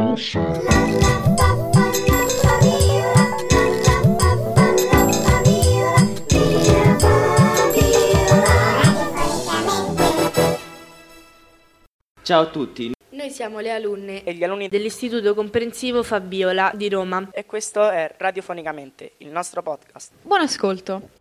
Ciao a tutti. Noi siamo le alunne e gli alunni dell'Istituto Comprensivo Fabiola di Roma. E questo è Radiofonicamente, il nostro podcast. Buon ascolto.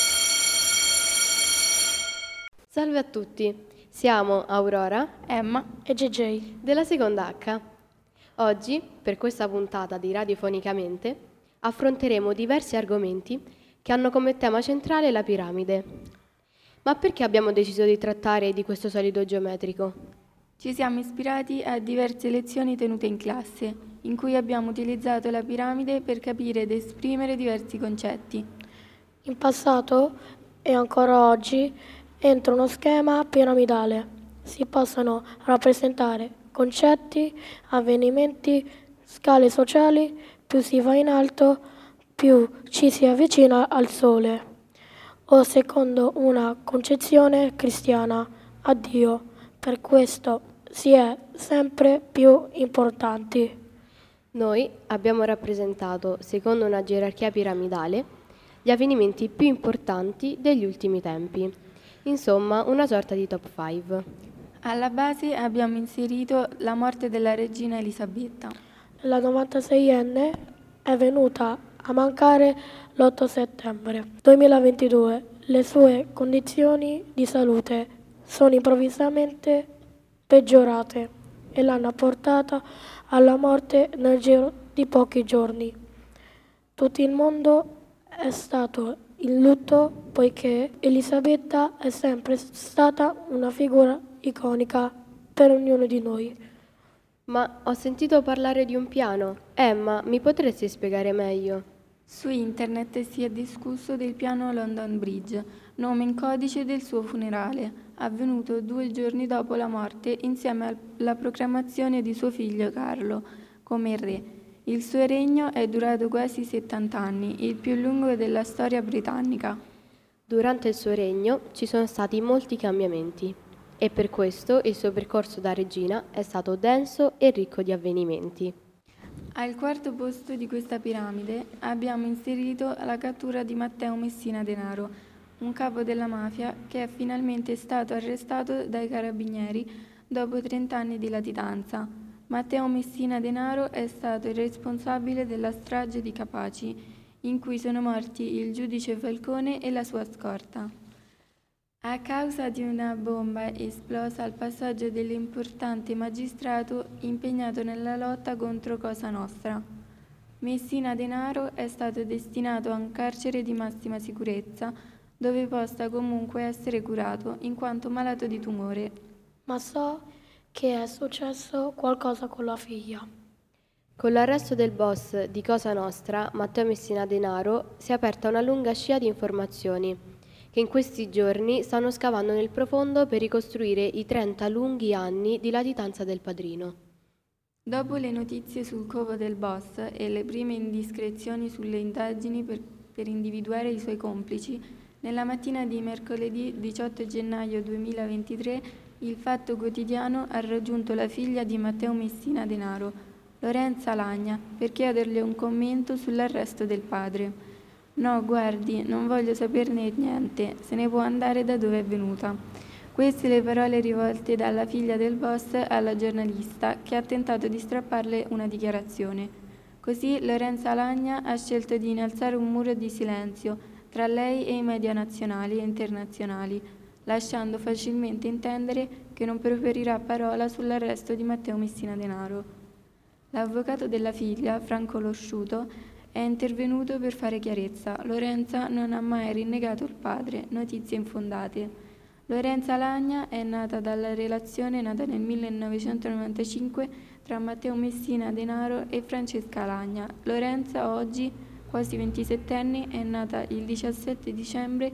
Salve a tutti, siamo Aurora, Emma e JJ della seconda H. Oggi, per questa puntata di Radiofonicamente, affronteremo diversi argomenti che hanno come tema centrale la piramide. Ma perché abbiamo deciso di trattare di questo solido geometrico? Ci siamo ispirati a diverse lezioni tenute in classe, in cui abbiamo utilizzato la piramide per capire ed esprimere diversi concetti. In passato e ancora oggi, entro uno schema piramidale si possono rappresentare concetti, avvenimenti, scale sociali. Più si va in alto, più ci si avvicina al sole, o secondo una concezione cristiana, a Dio. Per questo si è sempre più importanti. Noi abbiamo rappresentato, secondo una gerarchia piramidale, gli avvenimenti più importanti degli ultimi tempi. Insomma, una sorta di top 5. Alla base abbiamo inserito la morte della regina Elisabetta. La 96enne è venuta a mancare l'8 settembre 2022. Le sue condizioni di salute sono improvvisamente peggiorate e l'hanno portata alla morte nel giro di pochi giorni. Tutto il mondo è stato in lutto poiché Elisabetta è sempre stata una figura iconica per ognuno di noi. Ma ho sentito parlare di un piano. Emma, mi potresti spiegare meglio? Su internet si è discusso del piano London Bridge, nome in codice del suo funerale, avvenuto 2 giorni dopo la morte insieme alla proclamazione di suo figlio Carlo come re. Il suo regno è durato quasi 70 anni, il più lungo della storia britannica. Durante il suo regno ci sono stati molti cambiamenti e per questo il suo percorso da regina è stato denso e ricco di avvenimenti. Al quarto posto di questa piramide abbiamo inserito la cattura di Matteo Messina Denaro, un capo della mafia che è finalmente stato arrestato dai carabinieri dopo 30 anni di latitanza. Matteo Messina Denaro è stato il responsabile della strage di Capaci, in cui sono morti il giudice Falcone e la sua scorta. A causa di una bomba esplosa al passaggio dell'importante magistrato impegnato nella lotta contro Cosa Nostra. Messina Denaro è stato destinato a un carcere di massima sicurezza, dove possa comunque essere curato in quanto malato di tumore. Ma so che è successo qualcosa con la figlia. Con l'arresto del boss di Cosa Nostra, Matteo Messina Denaro, si è aperta una lunga scia di informazioni che in questi giorni stanno scavando nel profondo per ricostruire i 30 lunghi anni di latitanza del padrino. Dopo le notizie sul covo del boss e le prime indiscrezioni sulle indagini per individuare i suoi complici, nella mattina di mercoledì 18 gennaio 2023 il Fatto Quotidiano ha raggiunto la figlia di Matteo Messina Denaro, Lorenza Lagna, per chiederle un commento sull'arresto del padre. No, guardi, non voglio saperne niente, se ne può andare da dove è venuta. Queste le parole rivolte dalla figlia del boss alla giornalista che ha tentato di strapparle una dichiarazione. Così Lorenza Lagna ha scelto di innalzare un muro di silenzio tra lei e i media nazionali e internazionali, lasciando facilmente intendere che non proferirà parola sull'arresto di Matteo Messina Denaro. L'avvocato della figlia, Franco Losciuto, è intervenuto per fare chiarezza. Lorenza non ha mai rinnegato il padre, notizie infondate. Lorenza Lagna è nata dalla relazione nata nel 1995 tra Matteo Messina Denaro e Francesca Lagna. Lorenza, oggi quasi 27enne, è nata il 17 dicembre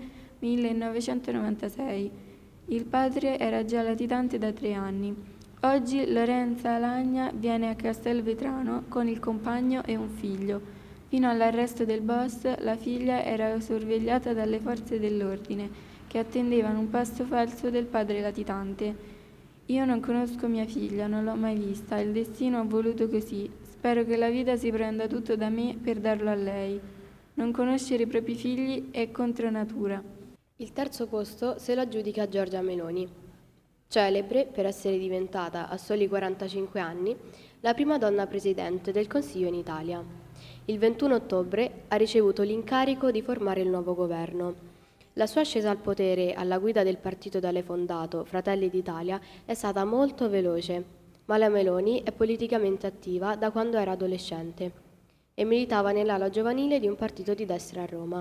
1996. Il padre era già latitante da 3 anni. Oggi Lorenza Lagna viene a Castelvetrano con il compagno e un figlio. Fino all'arresto del boss, la figlia era sorvegliata dalle forze dell'ordine, che attendevano un passo falso del padre latitante. Io non conosco mia figlia, non l'ho mai vista, il destino ha voluto così. Spero che la vita si prenda tutto da me per darlo a lei. Non conoscere i propri figli è contro natura. Il terzo posto se lo aggiudica Giorgia Meloni, celebre per essere diventata a soli 45 anni la prima donna presidente del Consiglio in Italia. Il 21 ottobre ha ricevuto l'incarico di formare il nuovo governo. La sua ascesa al potere alla guida del partito da lei fondato, Fratelli d'Italia, è stata molto veloce, ma la Meloni è politicamente attiva da quando era adolescente e militava nell'ala giovanile di un partito di destra a Roma.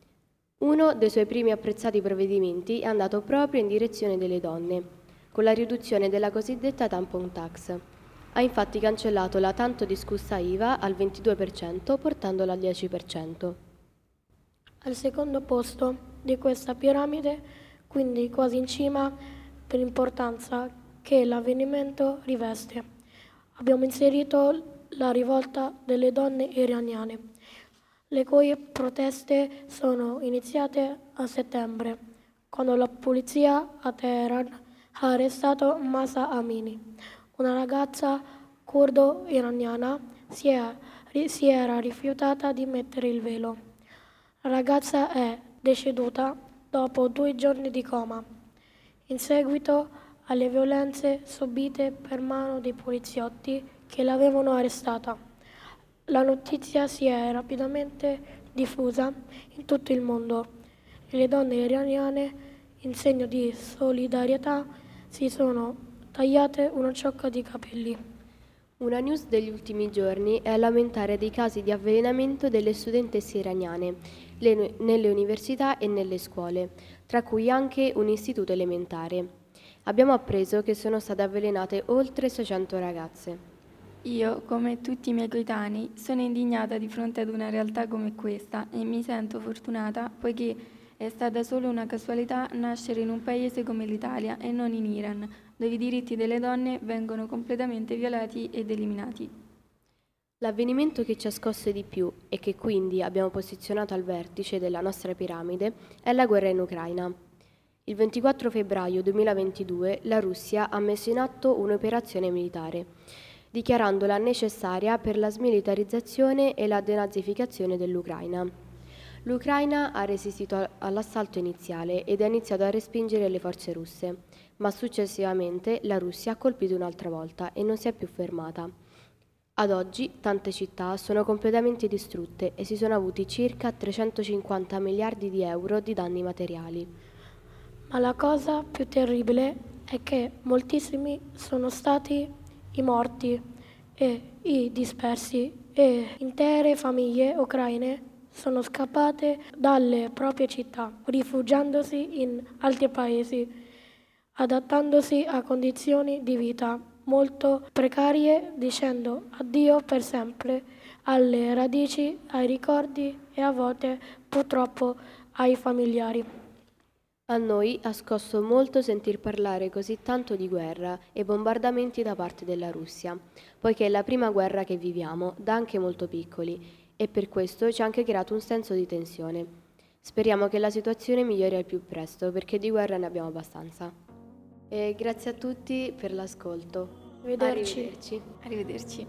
Uno dei suoi primi apprezzati provvedimenti è andato proprio in direzione delle donne, con la riduzione della cosiddetta tampon tax. Ha infatti cancellato la tanto discussa IVA al 22%, portandola al 10%. Al secondo posto di questa piramide, quindi quasi in cima per l'importanza che l'avvenimento riveste, abbiamo inserito la rivolta delle donne iraniane, le cui proteste sono iniziate a settembre, quando la polizia a Teheran ha arrestato Mahsa Amini, una ragazza curdo-iraniana si era rifiutata di mettere il velo. La ragazza è deceduta dopo 2 giorni di coma, in seguito alle violenze subite per mano dei poliziotti che l'avevano arrestata. La notizia si è rapidamente diffusa in tutto il mondo e le donne iraniane, in segno di solidarietà, si sono tagliate una ciocca di capelli. Una news degli ultimi giorni è l'aumentare dei casi di avvelenamento delle studentesse iraniane nelle università e nelle scuole, tra cui anche un istituto elementare. Abbiamo appreso che sono state avvelenate oltre 600 ragazze. Io, come tutti i miei coetanei, sono indignata di fronte ad una realtà come questa e mi sento fortunata poiché è stata solo una casualità nascere in un paese come l'Italia e non in Iran, dove i diritti delle donne vengono completamente violati ed eliminati. L'avvenimento che ci ha scosso di più e che quindi abbiamo posizionato al vertice della nostra piramide è la guerra in Ucraina. Il 24 febbraio 2022 la Russia ha messo in atto un'operazione militare, dichiarandola necessaria per la smilitarizzazione e la denazificazione dell'Ucraina. L'Ucraina ha resistito all'assalto iniziale ed ha iniziato a respingere le forze russe, ma successivamente la Russia ha colpito un'altra volta e non si è più fermata. Ad oggi tante città sono completamente distrutte e si sono avuti circa 350 miliardi di euro di danni materiali. Ma la cosa più terribile è che moltissimi sono stati i morti e i dispersi e intere famiglie ucraine sono scappate dalle proprie città, rifugiandosi in altri paesi, adattandosi a condizioni di vita molto precarie, dicendo addio per sempre alle radici, ai ricordi e a volte purtroppo ai familiari. A noi ha scosso molto sentir parlare così tanto di guerra e bombardamenti da parte della Russia, poiché è la prima guerra che viviamo, da anche molto piccoli, e per questo ci ha anche creato un senso di tensione. Speriamo che la situazione migliori al più presto, perché di guerra ne abbiamo abbastanza. E grazie a tutti per l'ascolto. Arrivederci. Arrivederci.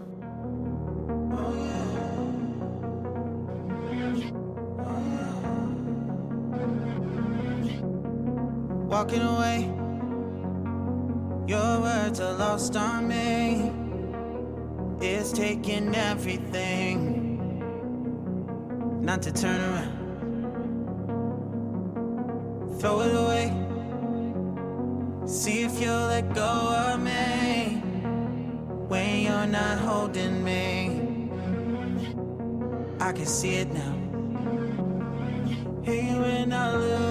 Walking away, your words are lost on me. It's taking everything not to turn around. Throw it away, see if you'll let go of me when you're not holding me. I can see it now. Hey, when I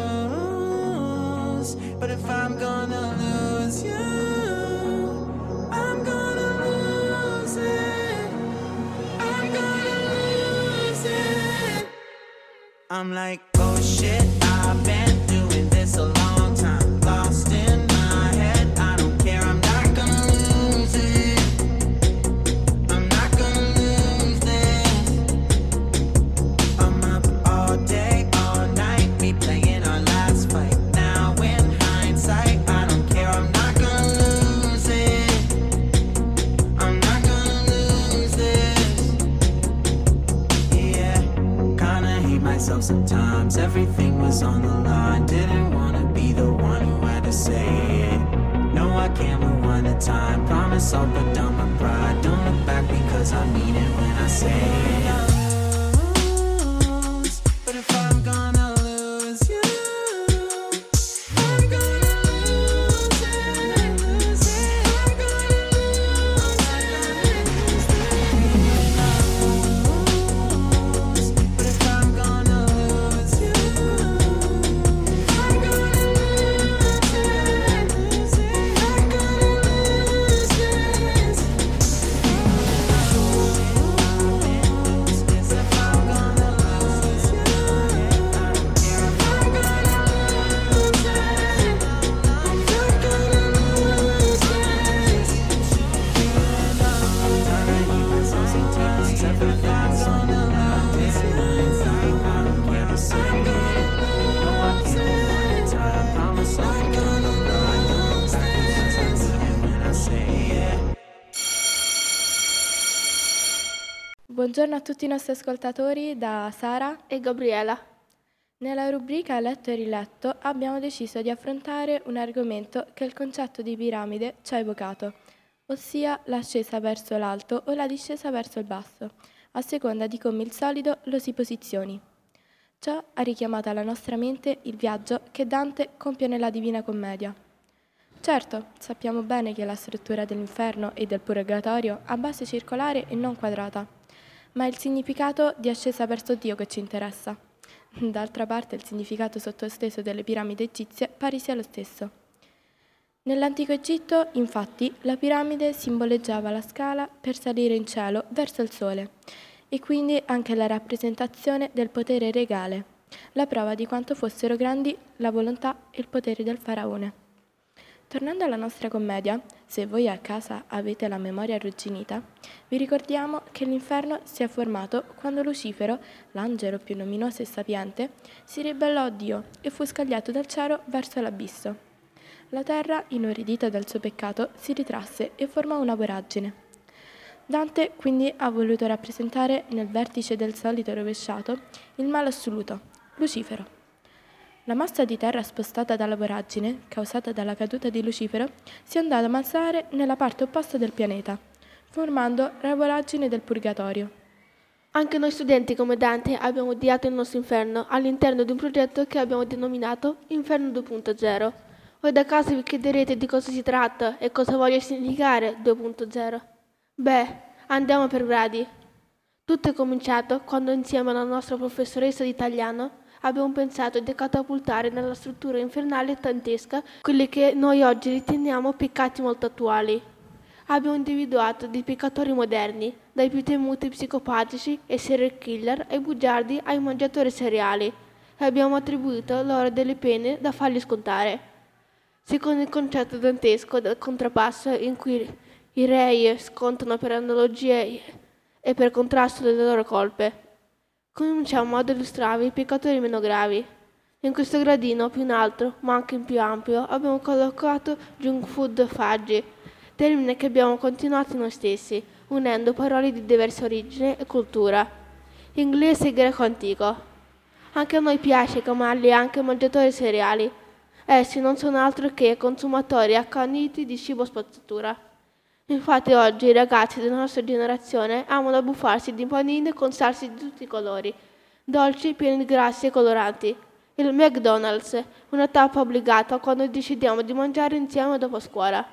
lose, but if I'm gonna lose you, I'm gonna lose it. I'm gonna lose it. I'm like, oh shit, I've been doing this a long time. Lost in my head, I don't care, I'm not gonna lose it. I'm not gonna lose this. I'm up all day, all night, replaying our last fight. Now in hindsight, I don't care, I'm not gonna lose myself sometimes. Everything was on the line. Didn't wanna be the one who had to say it. No, I can't rewind the time. Promise I'll put down my pride. Don't look back because I mean it when I say it. But if I'm gonna lose you, I'm gonna lose it. I'm gonna lose it. But if I'm gonna lose you, I'm gonna lose it. I'm gonna lose it. If I'm gonna lose you, I'm gonna lose it. I'm gonna lose it. Sometimes everything's on the line. I don't care to say it. No, I can't find the time. Promise I'm gonna lose it when I say it. Buongiorno a tutti i nostri ascoltatori da Sara. E Gabriela. Nella rubrica Letto e riletto abbiamo deciso di affrontare un argomento che il concetto di piramide ci ha evocato, ossia l'ascesa verso l'alto o la discesa verso il basso, a seconda di come il solido lo si posizioni. Ciò ha richiamato alla nostra mente il viaggio che Dante compie nella Divina Commedia. Certo, sappiamo bene che la struttura dell'inferno e del purgatorio ha base circolare e non quadrata, ma è il significato di ascesa verso Dio che ci interessa. D'altra parte il significato sottosteso delle piramidi egizie pare sia lo stesso. Nell'antico Egitto, infatti, la piramide simboleggiava la scala per salire in cielo verso il sole e quindi anche la rappresentazione del potere regale, la prova di quanto fossero grandi la volontà e il potere del faraone. Tornando alla nostra commedia, se voi a casa avete la memoria arrugginita, vi ricordiamo che l'inferno si è formato quando Lucifero, l'angelo più luminoso e sapiente, si ribellò a Dio e fu scagliato dal cielo verso l'abisso. La terra, inorridita dal suo peccato, si ritrasse e formò una voragine. Dante quindi ha voluto rappresentare nel vertice del solito rovesciato il male assoluto, Lucifero. La massa di terra spostata dalla voragine, causata dalla caduta di Lucifero, si andò ad ammassare nella parte opposta del pianeta, formando la voragine del purgatorio. Anche noi studenti come Dante abbiamo odiato il nostro inferno all'interno di un progetto che abbiamo denominato Inferno 2.0. Voi da casa vi chiederete di cosa si tratta e cosa voglia significare 2.0. Beh, andiamo per gradi. Tutto è cominciato quando insieme alla nostra professoressa di italiano abbiamo pensato di catapultare nella struttura infernale dantesca quelli che noi oggi riteniamo peccati molto attuali. Abbiamo individuato dei peccatori moderni, dai più temuti psicopatici e serial killer ai bugiardi ai mangiatori seriali, e abbiamo attribuito loro delle pene da fargli scontare. Secondo il concetto dantesco del contrappasso in cui i rei scontano per analogie e per contrasto delle loro colpe, cominciamo ad illustrarvi i peccatori meno gravi. In questo gradino più in alto, ma anche in più ampio, abbiamo collocato junk food faggi, termine che abbiamo continuato noi stessi, unendo parole di diversa origine e cultura, inglese e greco antico. Anche a noi piace chiamarli anche mangiatori cereali. Essi non sono altro che consumatori accaniti di cibo spazzatura. Infatti oggi i ragazzi della nostra generazione amano abbuffarsi di panini con salse di tutti i colori, dolci, pieni di grassi e coloranti. Il McDonald's, una tappa obbligata quando decidiamo di mangiare insieme dopo scuola.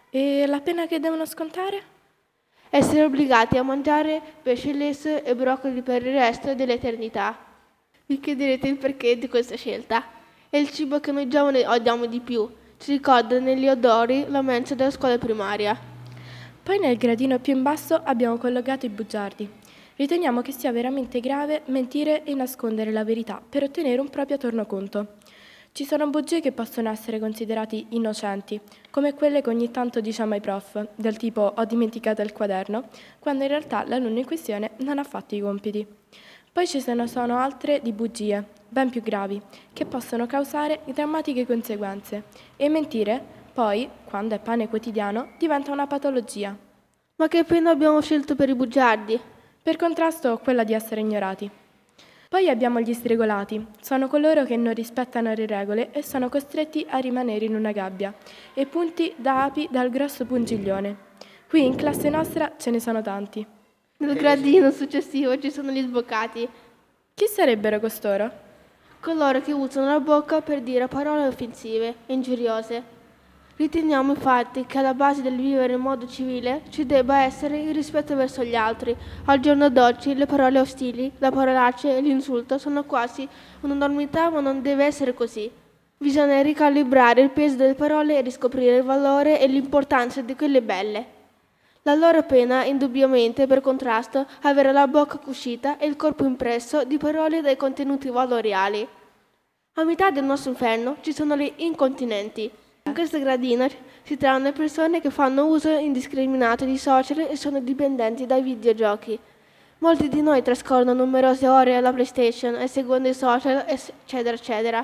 E la pena che devono scontare? Essere obbligati a mangiare pesce lesso e broccoli per il resto dell'eternità. Vi chiederete il perché di questa scelta. È il cibo che noi giovani odiamo di più. Ci ricorda negli odori la mensa della scuola primaria. Poi nel gradino più in basso abbiamo collocato i bugiardi. Riteniamo che sia veramente grave mentire e nascondere la verità per ottenere un proprio tornaconto. Ci sono bugie che possono essere considerate innocenti, come quelle che ogni tanto diciamo ai prof, del tipo ho dimenticato il quaderno, quando in realtà l'alunno in questione non ha fatto i compiti. Poi ci sono altre di bugie, ben più gravi, che possono causare drammatiche conseguenze. E mentire, poi, quando è pane quotidiano, diventa una patologia. Ma che pena abbiamo scelto per i bugiardi? Per contrasto, quella di essere ignorati. Poi abbiamo gli sregolati, sono coloro che non rispettano le regole e sono costretti a rimanere in una gabbia e punti da api dal grosso pungiglione. Qui in classe nostra ce ne sono tanti. Nel gradino successivo ci sono gli sboccati, Chi sarebbero costoro? coloro che usano la bocca per dire parole offensive e ingiuriose. Riteniamo infatti che alla base del vivere in modo civile ci debba essere il rispetto verso gli altri. Al giorno d'oggi le parole ostili, le parolacce e l'insulto sono quasi una normalità, ma non deve essere così. Bisogna ricalibrare il peso delle parole e riscoprire il valore e l'importanza di quelle belle. La loro pena, indubbiamente, per contrasto, avere la bocca cuscita e il corpo impresso di parole dai contenuti valoriali. A metà del nostro inferno ci sono gli incontinenti. In questa gradina si trovano le persone che fanno uso indiscriminato di social e sono dipendenti dai videogiochi. Molti di noi trascorrono numerose ore alla PlayStation e seguendo i social, eccetera, eccetera.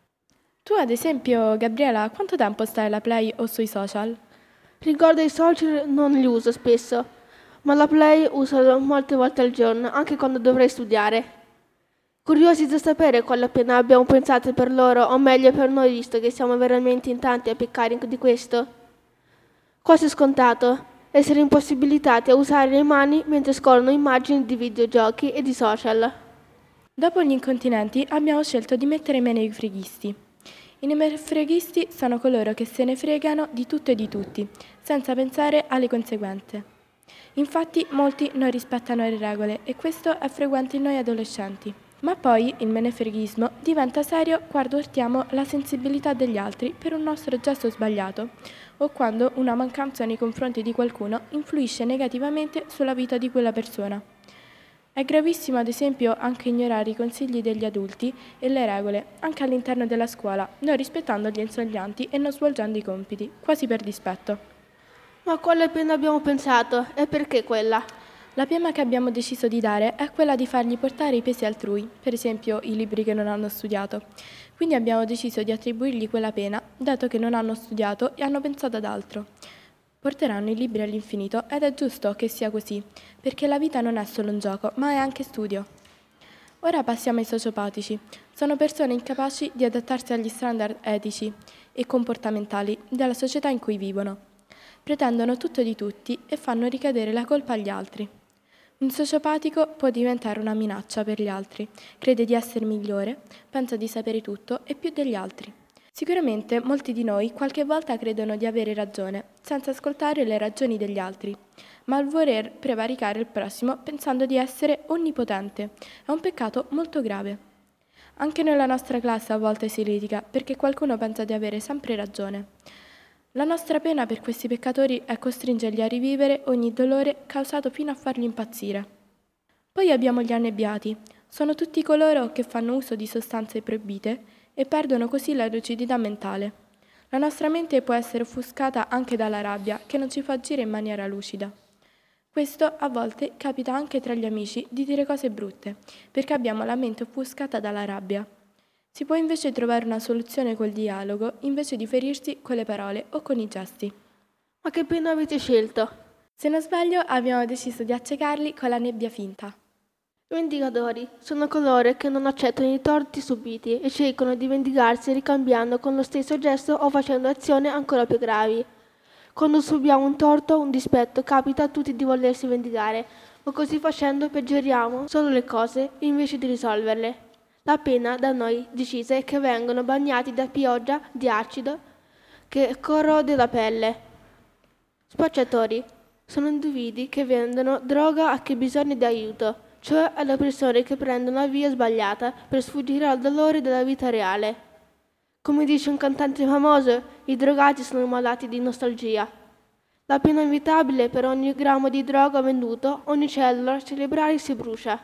Tu ad esempio, Gabriela, quanto tempo stai alla Play o sui social? Riguardo ai social non li uso spesso, ma la Play uso molte volte al giorno, anche quando dovrei studiare. Curiosi di sapere quale pena abbiamo pensato per loro, o meglio per noi, visto che siamo veramente in tanti a peccare di questo. Quasi è scontato essere impossibilitati a usare le mani mentre scorrono immagini di videogiochi e di social. Dopo gli incontinenti abbiamo scelto di mettere meno i freghisti. I menefreghisti sono coloro che se ne fregano di tutto e di tutti, senza pensare alle conseguenze. Infatti molti non rispettano le regole e questo è frequente in noi adolescenti. Ma poi il menefreghismo diventa serio quando urtiamo la sensibilità degli altri per un nostro gesto sbagliato o quando una mancanza nei confronti di qualcuno influisce negativamente sulla vita di quella persona. È gravissimo ad esempio anche ignorare i consigli degli adulti e le regole, anche all'interno della scuola, non rispettando gli insegnanti e non svolgendo i compiti, quasi per dispetto. Ma quale pena abbiamo pensato e perché quella? La pena che abbiamo deciso di dare è quella di fargli portare i pesi altrui, per esempio i libri che non hanno studiato. Quindi abbiamo deciso di attribuirgli quella pena, dato che non hanno studiato e hanno pensato ad altro. Porteranno i libri all'infinito ed è giusto che sia così, perché la vita non è solo un gioco, ma è anche studio. Ora passiamo ai sociopatici. Sono persone incapaci di adattarsi agli standard etici e comportamentali della società in cui vivono. Pretendono tutto di tutti e fanno ricadere la colpa agli altri. Un sociopatico può diventare una minaccia per gli altri, crede di essere migliore, pensa di sapere tutto e più degli altri. Sicuramente molti di noi qualche volta credono di avere ragione, senza ascoltare le ragioni degli altri, ma al voler prevaricare il prossimo pensando di essere onnipotente è un peccato molto grave. Anche nella nostra classe a volte si litiga perché qualcuno pensa di avere sempre ragione. La nostra pena per questi peccatori è costringerli a rivivere ogni dolore causato fino a farli impazzire. Poi abbiamo gli annebbiati. Sono tutti coloro che fanno uso di sostanze proibite e perdono così la lucidità mentale. La nostra mente può essere offuscata anche dalla rabbia, che non ci fa agire in maniera lucida. Questo a volte capita anche tra gli amici di dire cose brutte, perché abbiamo la mente offuscata dalla rabbia. Si può invece trovare una soluzione col dialogo, invece di ferirsi con le parole o con i gesti. Ma che pena avete scelto? Se non sbaglio, abbiamo deciso di accecarli con la nebbia finta. I vendicatori sono coloro che non accettano i torti subiti e cercano di vendicarsi ricambiando con lo stesso gesto o facendo azioni ancora più gravi. Quando subiamo un torto o un dispetto capita a tutti di volersi vendicare, ma così facendo peggioriamo solo le cose invece di risolverle. La pena da noi decisa è che vengono bagnati da pioggia di acido che corrode la pelle. Spacciatori sono individui che vendono droga a chi ha bisogno di aiuto, cioè alle persone che prendono la via sbagliata per sfuggire al dolore della vita reale. Come dice un cantante famoso, i drogati sono malati di nostalgia. La pena inevitabile per ogni grammo di droga venduto, ogni cellula cerebrale si brucia.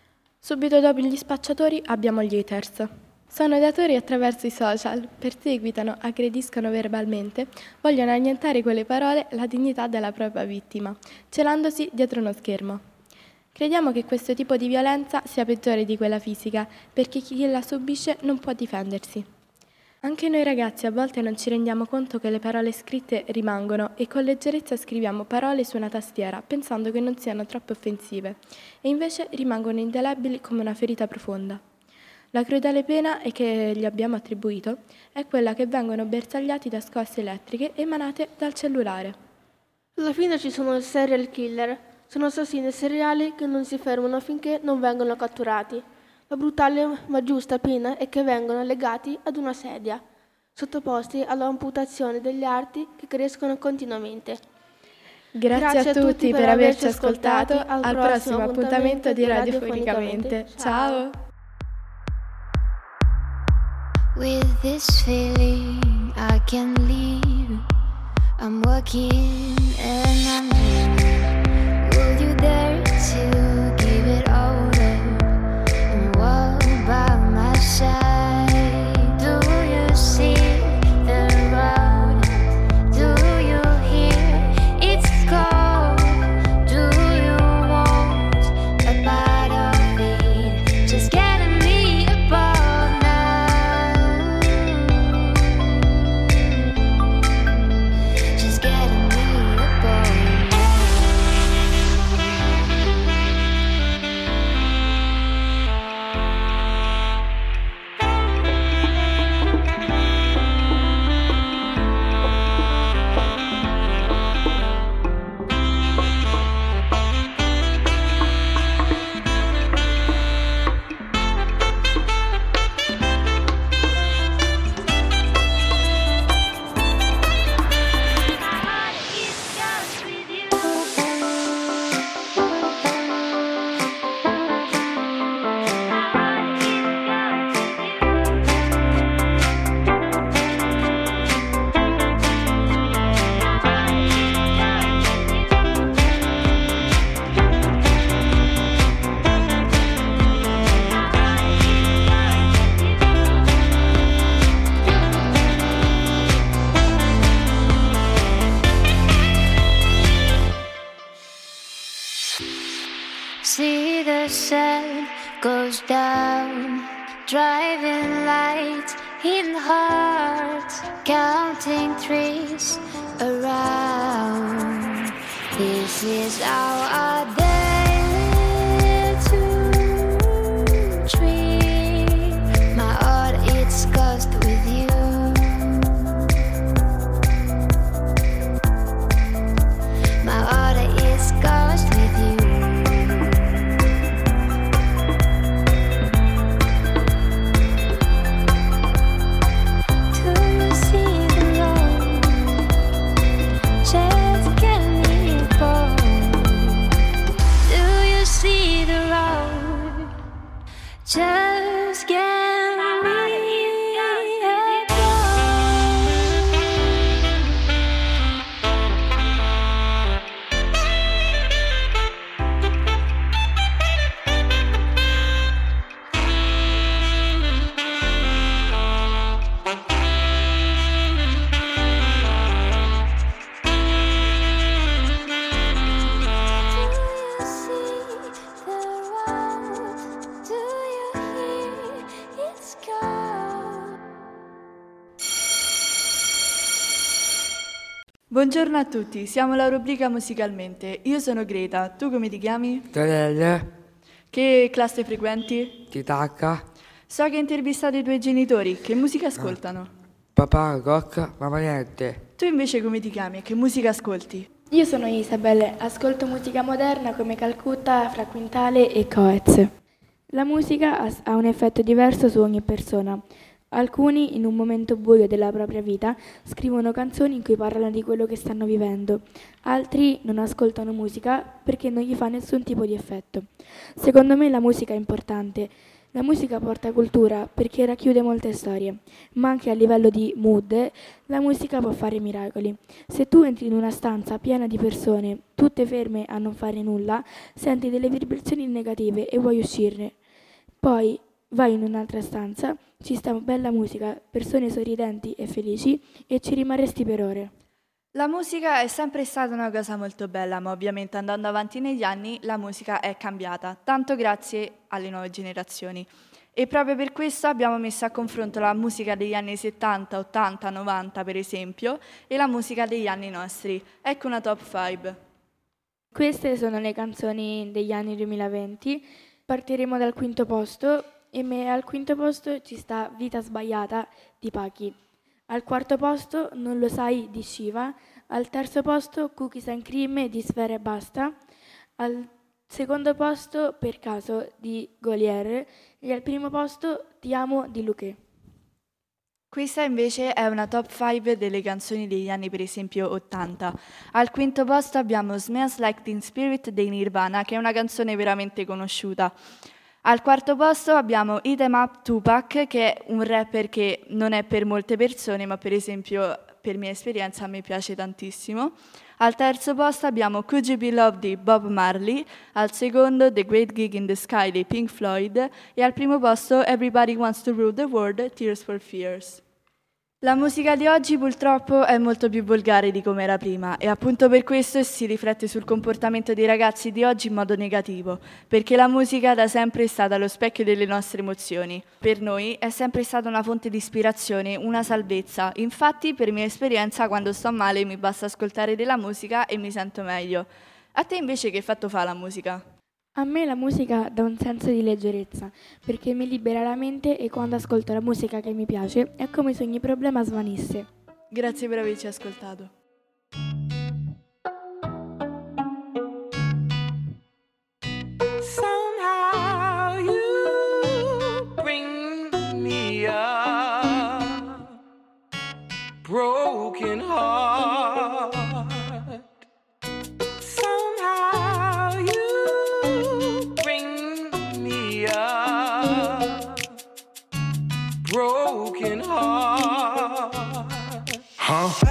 Subito dopo gli spacciatori abbiamo gli haters. Sono datori attraverso i social, perseguitano, aggrediscono verbalmente, vogliono annientare con le parole la dignità della propria vittima, celandosi dietro uno schermo. Crediamo che questo tipo di violenza sia peggiore di quella fisica, perché chi la subisce non può difendersi. Anche noi ragazzi a volte non ci rendiamo conto che le parole scritte rimangono e con leggerezza scriviamo parole su una tastiera pensando che non siano troppo offensive e invece rimangono indelebili come una ferita profonda. La crudele pena che gli abbiamo attribuito è quella che vengono bersagliati da scosse elettriche emanate dal cellulare. Alla fine ci sono i serial killer, sono assassini seriali che non si fermano finché non vengono catturati. La brutale ma giusta pena è che vengono legati ad una sedia, sottoposti all'amputazione degli arti che crescono continuamente. Grazie a tutti per averci ascoltato. Al prossimo appuntamento di Radiofonicamente. Ciao! With this feeling I can leave. I'm walking and I'm dreaming. Will you dare to give it all up and walk by my side? Do you see the road? Do you hear its call? Do you want a part of it? Just getting me above now. Just getting me above now. See the sun goes down, driving lights in hearts, counting trees around. This is our day to dream. My heart it's cursed with you. My heart is cursed with you. Just get me Buongiorno a tutti, siamo la rubrica Musicalmente. Io sono Greta, tu come ti chiami? Daniele, Che classe frequenti? ti tacca, So che hai intervistato i tuoi genitori, che musica ascoltano? papà rock, mamma niente. Tu invece come ti chiami e che musica ascolti? Io sono Isabel, ascolto musica moderna come Calcutta, Fra Quintale e Coez. La musica ha un effetto diverso su ogni persona. Alcuni, in un momento buio della propria vita, scrivono canzoni in cui parlano di quello che stanno vivendo. Altri non ascoltano musica perché non gli fa nessun tipo di effetto. Secondo me la musica è importante. La musica porta cultura perché racchiude molte storie, ma anche a livello di mood la musica può fare miracoli. Se tu entri in una stanza piena di persone, tutte ferme a non fare nulla, senti delle vibrazioni negative e vuoi uscirne. Poi vai in un'altra stanza, ci sta bella musica, persone sorridenti e felici e ci rimarresti per ore. La musica è sempre stata una cosa molto bella, ma ovviamente andando avanti negli anni la musica è cambiata, tanto grazie alle nuove generazioni. E proprio per questo abbiamo messo a confronto la musica degli anni 70, 80, 90 per esempio e la musica degli anni nostri. Ecco una top 5. Queste sono le canzoni degli anni 2020. Partiremo dal quinto posto e al quinto posto ci sta Vita sbagliata di Pachi. Al quarto posto Non lo sai di Shiva. Al terzo posto Cookies and Cream di Sfera e Basta. Al secondo posto Per caso di Golier e al primo posto Ti amo di Luché. Questa invece è una top 5 delle canzoni degli anni per esempio 80. Al quinto posto abbiamo Smells Like Teen Spirit dei Nirvana, che è una canzone veramente conosciuta. Al quarto posto abbiamo Hit 'Em Up Tupac, che è un rapper che non è per molte persone, ma per esempio per mia esperienza a me piace tantissimo. Al terzo posto abbiamo Could You Be Loved di Bob Marley, al secondo The Great Gig in the Sky dei Pink Floyd e al primo posto Everybody Wants to Rule the World, Tears for Fears. La musica di oggi purtroppo è molto più volgare di come era prima e appunto per questo si riflette sul comportamento dei ragazzi di oggi in modo negativo, perché la musica da sempre è stata lo specchio delle nostre emozioni. Per noi è sempre stata una fonte di ispirazione, una salvezza. Infatti, per mia esperienza, quando sto male mi basta ascoltare della musica e mi sento meglio. A te invece che effetto fa la musica? A me la musica dà un senso di leggerezza, perché mi libera la mente e quando ascolto la musica che mi piace è come se ogni problema svanisse. Grazie per averci ascoltato. Somehow you bring me a broken heart. Somehow you bring me a broken heart. Huh?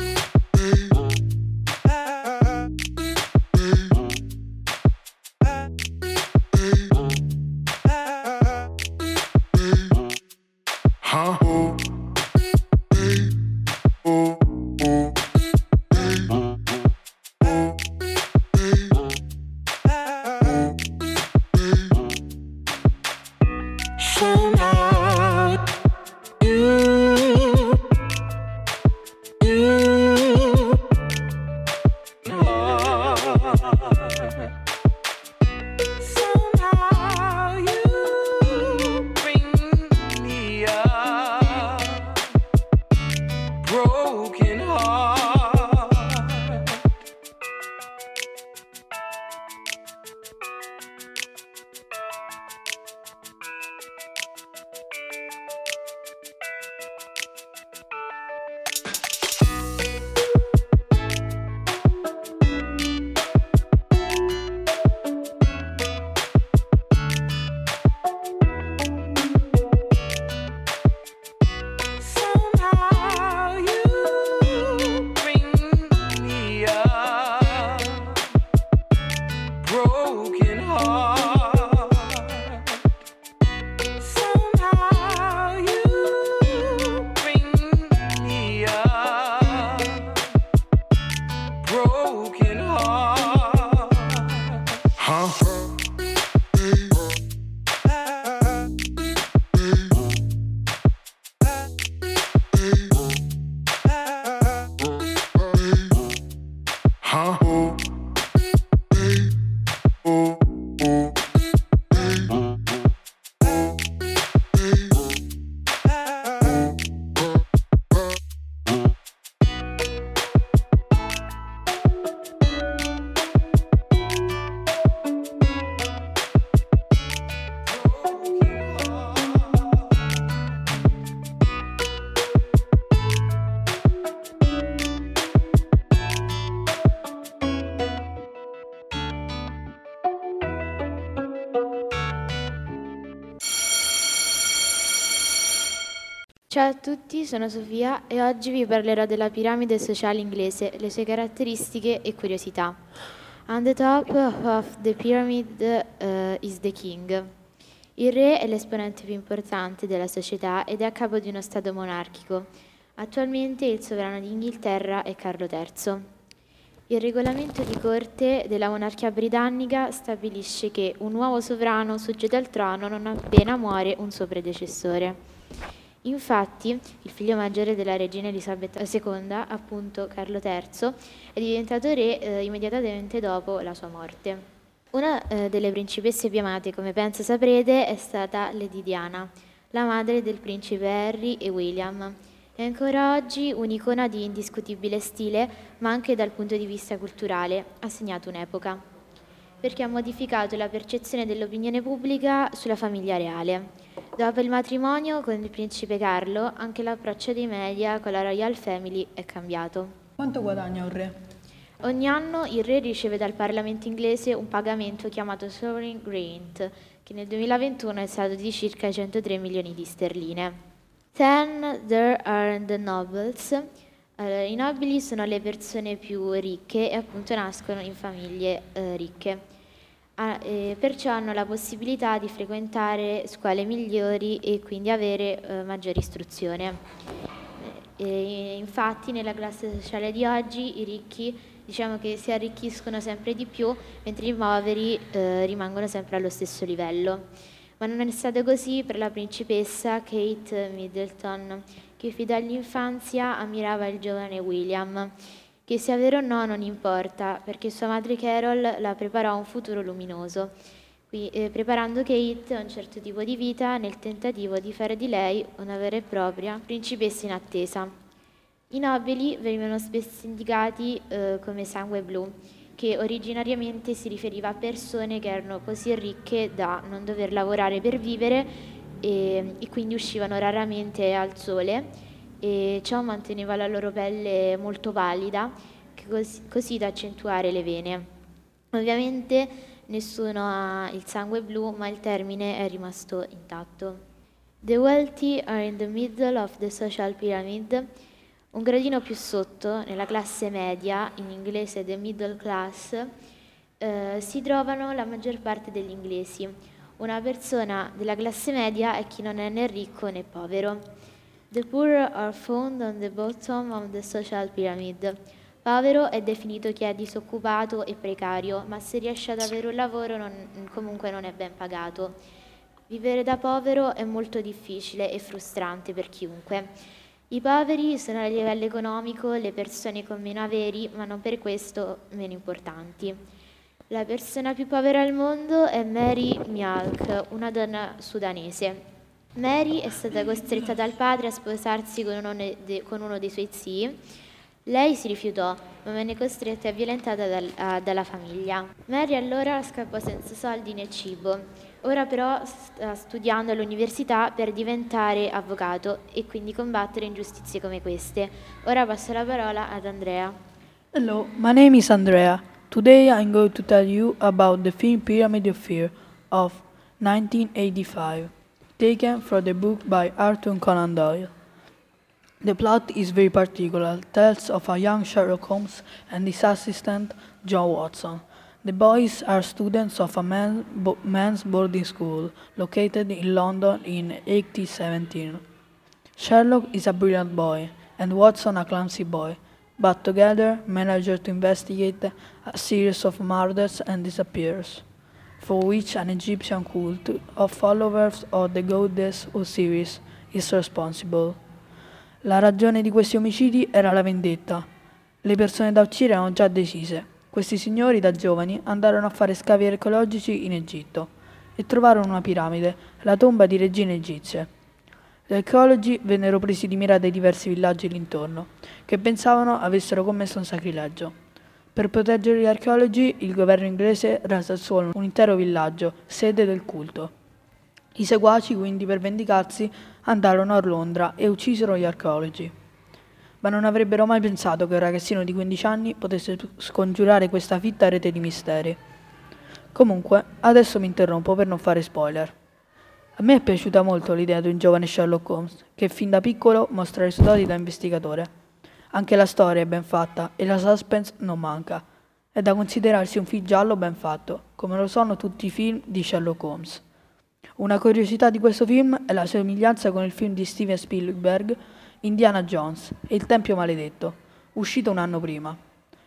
Ciao a tutti, sono Sofia e oggi vi parlerò della piramide sociale inglese, le sue caratteristiche e curiosità. On the top of the pyramid is the king. Il re è l'esponente più importante della società ed è a capo di uno stato monarchico. Attualmente il sovrano d'Inghilterra è Carlo III. Il regolamento di corte della monarchia britannica stabilisce che un nuovo sovrano succede al trono non appena muore un suo predecessore. Infatti, il figlio maggiore della regina Elisabetta II, appunto Carlo III, è diventato re immediatamente dopo la sua morte. Una delle principesse più amate, come penso saprete, è stata Lady Diana, la madre del principe Harry e William. È ancora oggi un'icona di indiscutibile stile, ma anche dal punto di vista culturale, ha segnato un'epoca, perché ha modificato la percezione dell'opinione pubblica sulla famiglia reale. Dopo il matrimonio con il principe Carlo, anche l'approccio dei media con la Royal Family è cambiato. Quanto guadagna un re? Ogni anno il re riceve dal Parlamento inglese un pagamento chiamato Sovereign Grant, che nel 2021 è stato di circa 103 milioni di sterline. Then there are the nobles. I nobili sono le persone più ricche e appunto nascono in famiglie ricche. Perciò hanno la possibilità di frequentare scuole migliori e quindi avere maggiore istruzione. Infatti nella classe sociale di oggi i ricchi diciamo che si arricchiscono sempre di più, mentre i poveri rimangono sempre allo stesso livello. Ma non è stato così per la principessa Kate Middleton, che fin dall'infanzia ammirava il giovane William, che sia vero o no non importa, perché sua madre Carol la preparò a un futuro luminoso, preparando Kate a un certo tipo di vita nel tentativo di fare di lei una vera e propria principessa in attesa. I nobili venivano spesso indicati come sangue blu, che originariamente si riferiva a persone che erano così ricche da non dover lavorare per vivere e quindi uscivano raramente al sole, e ciò manteneva la loro pelle molto pallida, così da accentuare le vene. Ovviamente nessuno ha il sangue blu, ma il termine è rimasto intatto. The wealthy are in the middle of the social pyramid. Un gradino più sotto, nella classe media, in inglese the middle class, si trovano la maggior parte degli inglesi. Una persona della classe media è chi non è né ricco né povero. The poor are found on the bottom of the social pyramid. Povero è definito chi è disoccupato e precario, ma se riesce ad avere un lavoro comunque non è ben pagato. Vivere da povero è molto difficile e frustrante per chiunque. I poveri sono a livello economico le persone con meno averi, ma non per questo meno importanti. La persona più povera al mondo è Mary Mjalk, una donna sudanese. Mary è stata costretta dal padre a sposarsi con uno dei suoi zii. Lei si rifiutò, ma venne costretta e violentata dalla famiglia. Mary allora scappò senza soldi né cibo. Ora però sta studiando all'università per diventare avvocato e quindi combattere ingiustizie come queste. Ora passo la parola ad Andrea. Hello, my name is Andrea. Today I'm going to tell you about the film Pyramid of Fear of 1985, taken from the book by Arthur Conan Doyle. The plot is very particular, tells of a young Sherlock Holmes and his assistant John Watson. The boys are students of a men's boarding school located in London in 1817. Sherlock is a brilliant boy and Watson a clumsy boy, but together manage to investigate a series of murders and disappearances, for which an Egyptian cult of followers of the goddess Osiris is responsible. La ragione di questi omicidi era la vendetta. Le persone da uccidere erano già decise. Questi signori, da giovani, andarono a fare scavi archeologici in Egitto e trovarono una piramide, la tomba di regine egizie. Gli archeologi vennero presi di mira dai diversi villaggi l'intorno, che pensavano avessero commesso un sacrilegio. Per proteggere gli archeologi, il governo inglese rase al suolo un intero villaggio, sede del culto. I seguaci, quindi, per vendicarsi, andarono a Londra e uccisero gli archeologi. Ma non avrebbero mai pensato che un ragazzino di 15 anni potesse scongiurare questa fitta rete di misteri. Comunque, adesso mi interrompo per non fare spoiler. A me è piaciuta molto l'idea di un giovane Sherlock Holmes, che fin da piccolo mostra i suoi doti da investigatore. Anche la storia è ben fatta e la suspense non manca. È da considerarsi un film giallo ben fatto, come lo sono tutti i film di Sherlock Holmes. Una curiosità di questo film è la somiglianza con il film di Steven Spielberg, Indiana Jones e il Tempio Maledetto, uscito un anno prima.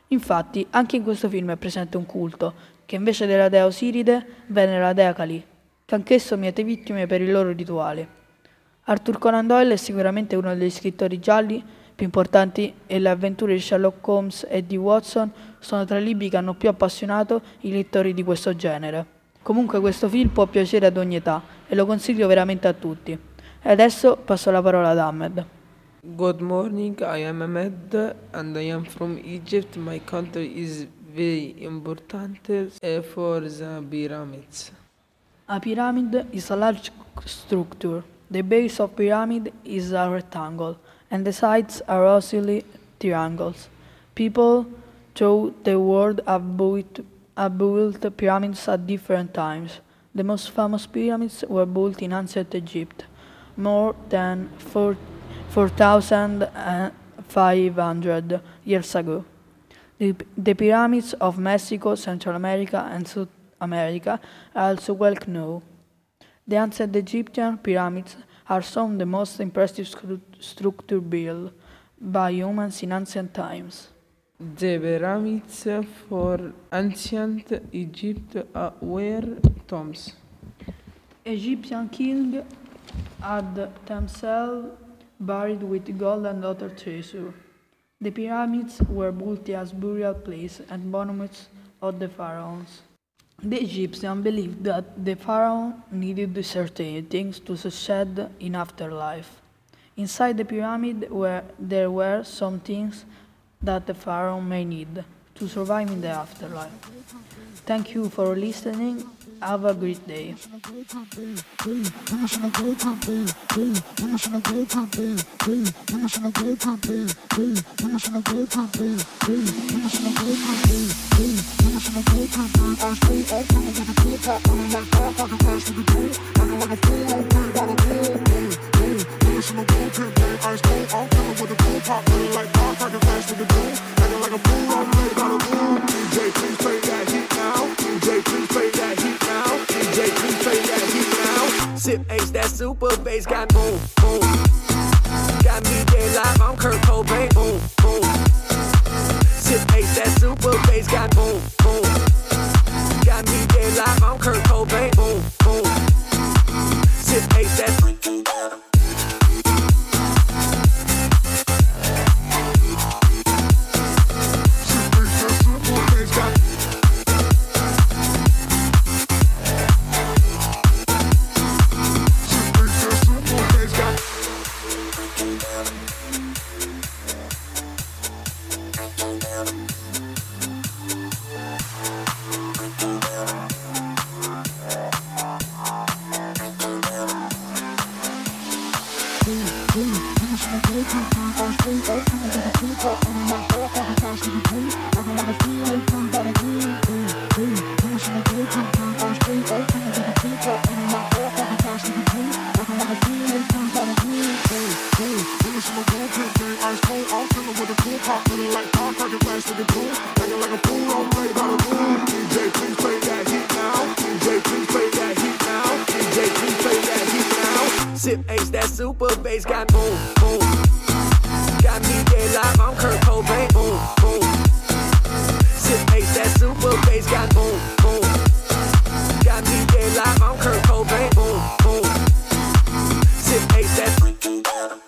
Infatti, anche in questo film è presente un culto, che invece della dea Osiride venera la dea Kali, che anch'esso miete vittime per i loro rituali. Arthur Conan Doyle è sicuramente uno degli scrittori gialli più importanti e le avventure di Sherlock Holmes e di Watson sono tra i libri che hanno più appassionato i lettori di questo genere. Comunque questo film può piacere ad ogni età e lo consiglio veramente a tutti. E adesso passo la parola ad Ahmed. Good morning, I am Ahmed and I am from Egypt. My country is very important for the pyramids. A pyramid is a large structure. The base of pyramid is a rectangle and the sides are also triangles. People throughout the world have built pyramids at different times. The most famous pyramids were built in ancient Egypt, more than 4,500 years ago. The pyramids of Mexico, Central America and South America are also well known. The ancient Egyptian pyramids are some of the most impressive structures built by humans in ancient times. The pyramids for ancient Egypt were tombs. Egyptian kings had themselves buried with gold and other treasure. The pyramids were built as burial places and monuments of the pharaohs. The Egyptians believed that the pharaoh needed certain things to succeed in afterlife. Inside the pyramid there were some things that the pharaoh may need to survive in the afterlife. Thank you for listening. Have a great day. Sip Ace, that super bass got boom, boom. Got me dead live, I'm Kurt Cobain, boom, boom. Sip Ace, that super bass got boom, boom. Got me dead live, I'm Kurt Cobain, boom, boom. Sip Ace, that freaking bottom. Sip Ace, that super bass got boom, boom. Got me dead live, I'm Kurt Cobain, boom, boom. Sip Ace, that super bass got boom, boom. Got me dead live, I'm Kurt Cobain, boom, boom. Sip Ace, that freaking bottom.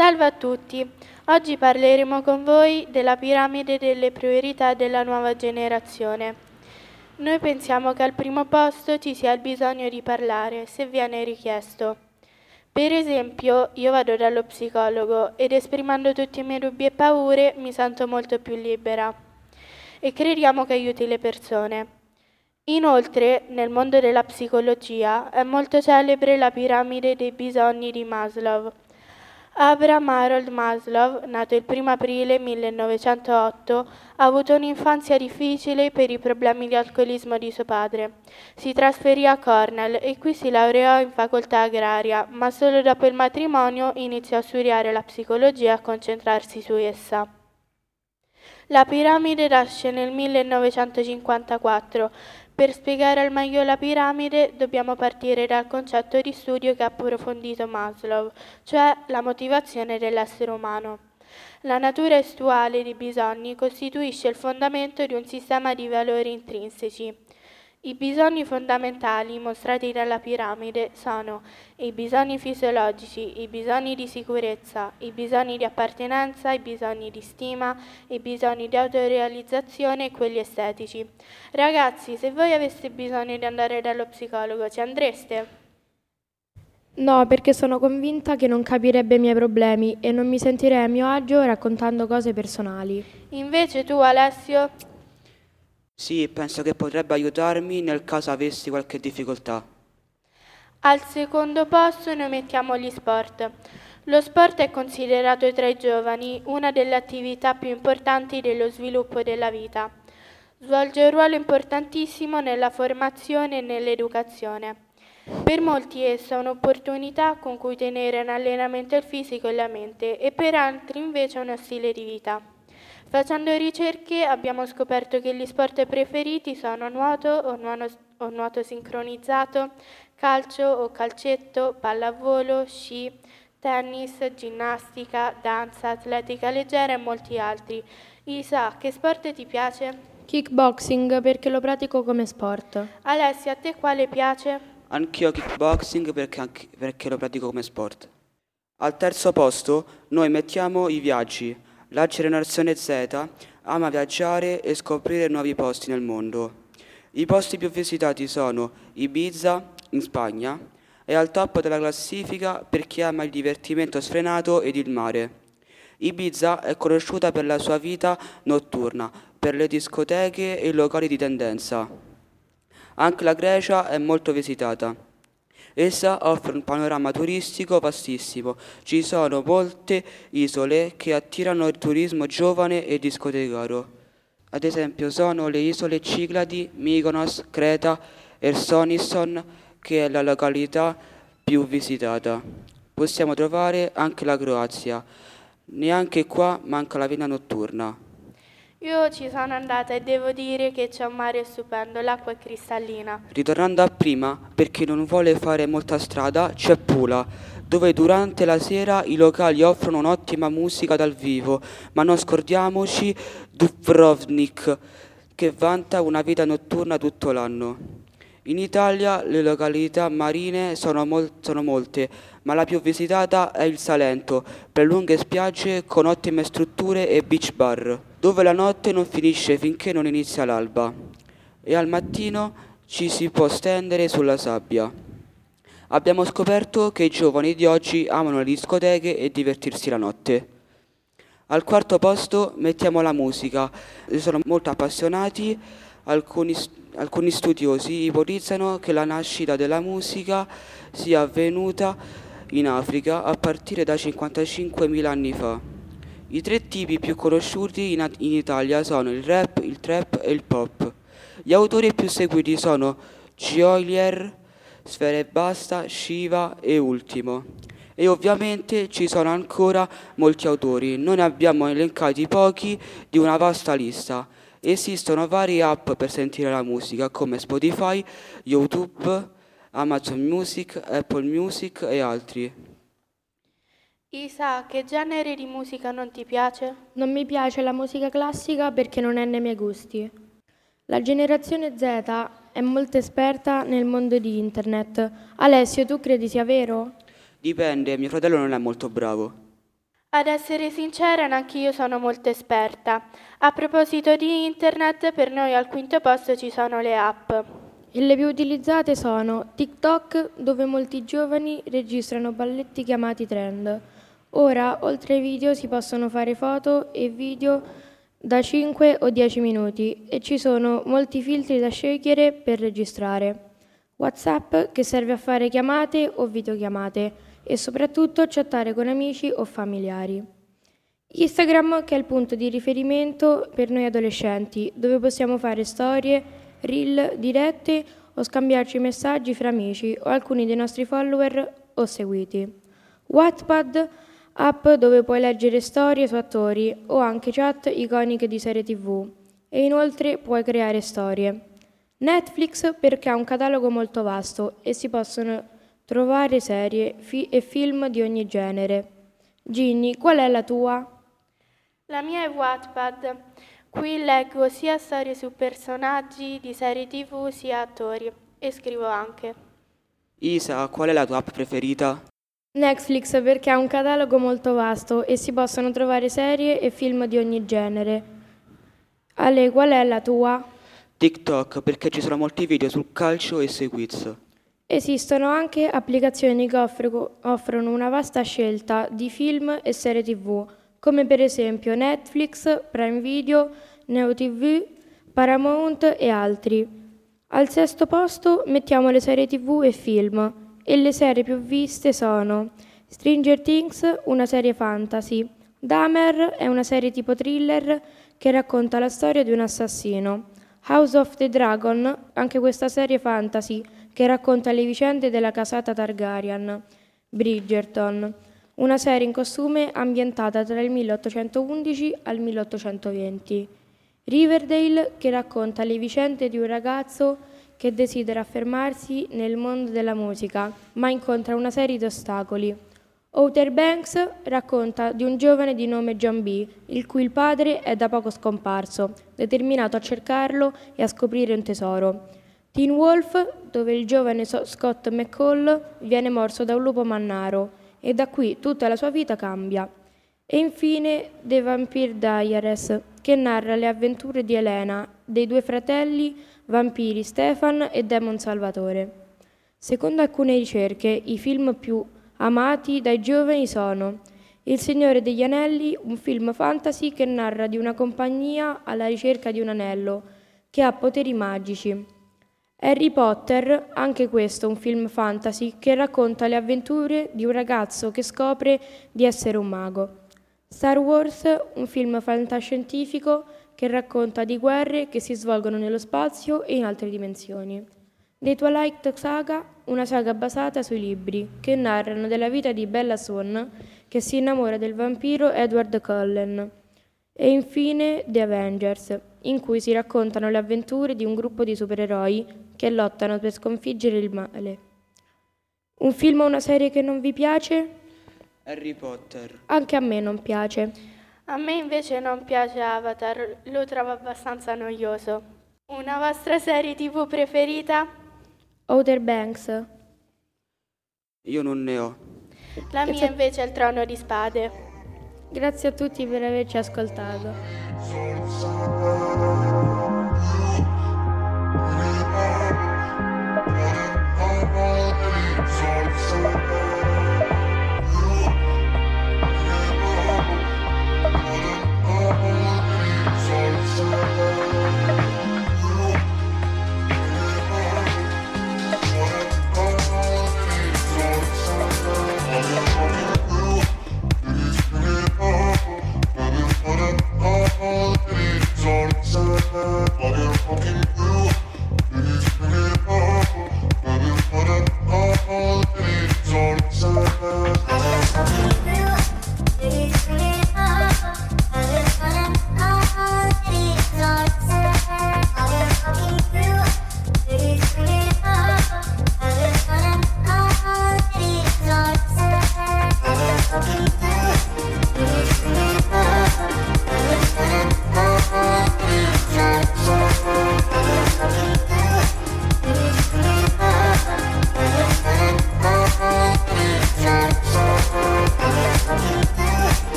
Salve a tutti, oggi parleremo con voi della piramide delle priorità della nuova generazione. Noi pensiamo che al primo posto ci sia il bisogno di parlare, se viene richiesto. Per esempio, io vado dallo psicologo ed esprimendo tutti i miei dubbi e paure mi sento molto più libera e crediamo che aiuti le persone. Inoltre, nel mondo della psicologia è molto celebre la piramide dei bisogni di Maslow. Abraham Harold Maslow, nato il 1 aprile 1908, ha avuto un'infanzia difficile per i problemi di alcolismo di suo padre. Si trasferì a Cornell e qui si laureò in facoltà agraria, ma solo dopo il matrimonio iniziò a studiare la psicologia e a concentrarsi su essa. La piramide nasce nel 1954. Per spiegare al meglio la piramide dobbiamo partire dal concetto di studio che ha approfondito Maslow, cioè la motivazione dell'essere umano. La natura estuale dei bisogni costituisce il fondamento di un sistema di valori intrinseci. I bisogni fondamentali mostrati dalla piramide sono i bisogni fisiologici, i bisogni di sicurezza, i bisogni di appartenenza, i bisogni di stima, i bisogni di autorealizzazione e quelli estetici. Ragazzi, se voi aveste bisogno di andare dallo psicologo, ci andreste? No, perché sono convinta che non capirebbe i miei problemi e non mi sentirei a mio agio raccontando cose personali. Invece tu, Alessio? Sì, penso che potrebbe aiutarmi nel caso avessi qualche difficoltà. Al secondo posto noi mettiamo gli sport. Lo sport è considerato tra i giovani una delle attività più importanti dello sviluppo della vita. Svolge un ruolo importantissimo nella formazione e nell'educazione. Per molti essa è un'opportunità con cui tenere in allenamento il fisico e la mente e per altri invece è uno stile di vita. Facendo ricerche abbiamo scoperto che gli sport preferiti sono nuoto o nuoto sincronizzato, calcio o calcetto, pallavolo, sci, tennis, ginnastica, danza, atletica leggera e molti altri. Isa, che sport ti piace? Kickboxing perché lo pratico come sport. Alessia, a te quale piace? Anch'io kickboxing perché lo pratico come sport. Al terzo posto noi mettiamo i viaggi. La generazione Z ama viaggiare e scoprire nuovi posti nel mondo. I posti più visitati sono Ibiza, in Spagna, e al top della classifica per chi ama il divertimento sfrenato ed il mare. Ibiza è conosciuta per la sua vita notturna, per le discoteche e i locali di tendenza. Anche la Grecia è molto visitata. Essa offre un panorama turistico vastissimo. Ci sono molte isole che attirano il turismo giovane e discotecario. Ad esempio sono le isole Cycladi, Mykonos, Creta e Ersonisson, che è la località più visitata. Possiamo trovare anche la Croazia. Neanche qua manca la vita notturna. Io ci sono andata e devo dire che c'è un mare stupendo, l'acqua è cristallina. Ritornando a prima, per chi non vuole fare molta strada, c'è Pula, dove durante la sera i locali offrono un'ottima musica dal vivo, ma non scordiamoci Dubrovnik, che vanta una vita notturna tutto l'anno. In Italia le località marine sono molte, ma la più visitata è il Salento, per lunghe spiagge con ottime strutture e beach bar, dove la notte non finisce finché non inizia l'alba e al mattino ci si può stendere sulla sabbia. Abbiamo scoperto che i giovani di oggi amano le discoteche e divertirsi la notte. Al quarto posto mettiamo la musica. Sono molto appassionati. Alcuni studiosi ipotizzano che la nascita della musica sia avvenuta in Africa a partire da 55.000 anni fa. I tre tipi più conosciuti in Italia sono il rap, il trap e il pop. Gli autori più seguiti sono Geolier, Sfera Ebbasta, Shiva e Ultimo. E ovviamente ci sono ancora molti autori, noi ne abbiamo elencati pochi di una vasta lista. Esistono varie app per sentire la musica come Spotify, YouTube, Amazon Music, Apple Music e altri. Isa, che genere di musica non ti piace? Non mi piace la musica classica perché non è nei miei gusti. La generazione Z è molto esperta nel mondo di internet. Alessio, tu credi sia vero? Dipende, mio fratello non è molto bravo. Ad essere sincera, neanche io sono molto esperta. A proposito di internet, per noi al quinto posto ci sono le app. E le più utilizzate sono TikTok, dove molti giovani registrano balletti chiamati trend. Ora, oltre ai video, si possono fare foto e video da 5 o 10 minuti e ci sono molti filtri da scegliere per registrare. WhatsApp, che serve a fare chiamate o videochiamate e soprattutto chattare con amici o familiari. Instagram, che è il punto di riferimento per noi adolescenti, dove possiamo fare storie, reel, dirette o scambiarci messaggi fra amici o alcuni dei nostri follower o seguiti. Wattpad, app dove puoi leggere storie su attori o anche chat iconiche di serie TV e inoltre puoi creare storie. Netflix, perché ha un catalogo molto vasto e si possono trovare serie e film di ogni genere. Ginny, qual è la tua? La mia è Wattpad. Qui leggo sia storie su personaggi di serie TV sia attori e scrivo anche. Isa, qual è la tua app preferita? Netflix, perché ha un catalogo molto vasto e si possono trovare serie e film di ogni genere. Ale, qual è la tua? TikTok, perché ci sono molti video sul calcio e sui quiz. Esistono anche applicazioni che offrono una vasta scelta di film e serie TV, come per esempio Netflix, Prime Video, Neo TV, Paramount e altri. Al sesto posto mettiamo le serie TV e film, e le serie più viste sono Stranger Things, una serie fantasy, Dahmer è una serie tipo thriller che racconta la storia di un assassino, House of the Dragon, anche questa serie fantasy che racconta le vicende della casata Targaryen, Bridgerton, una serie in costume ambientata tra il 1811 al 1820, Riverdale, che racconta le vicende di un ragazzo che desidera affermarsi nel mondo della musica, ma incontra una serie di ostacoli. Outer Banks racconta di un giovane di nome John B., il cui il padre è da poco scomparso, determinato a cercarlo e a scoprire un tesoro. Teen Wolf, dove il giovane Scott McCall viene morso da un lupo mannaro, e da qui tutta la sua vita cambia. E infine The Vampire Diaries, che narra le avventure di Elena, dei due fratelli vampiri Stefan e Demon Salvatore. Secondo alcune ricerche, i film più amati dai giovani sono Il Signore degli Anelli, un film fantasy che narra di una compagnia alla ricerca di un anello che ha poteri magici. Harry Potter, anche questo un film fantasy che racconta le avventure di un ragazzo che scopre di essere un mago. Star Wars, un film fantascientifico che racconta di guerre che si svolgono nello spazio e in altre dimensioni. The Twilight Saga, una saga basata sui libri che narrano della vita di Bella Swan che si innamora del vampiro Edward Cullen. E infine The Avengers, in cui si raccontano le avventure di un gruppo di supereroi che lottano per sconfiggere il male. Un film o una serie che non vi piace? Harry Potter. Anche a me non piace. A me invece non piace Avatar, lo trovo abbastanza noioso. Una vostra serie TV preferita? Outer Banks. Io non ne ho. La mia invece è Il Trono di Spade. Grazie a tutti per averci ascoltato.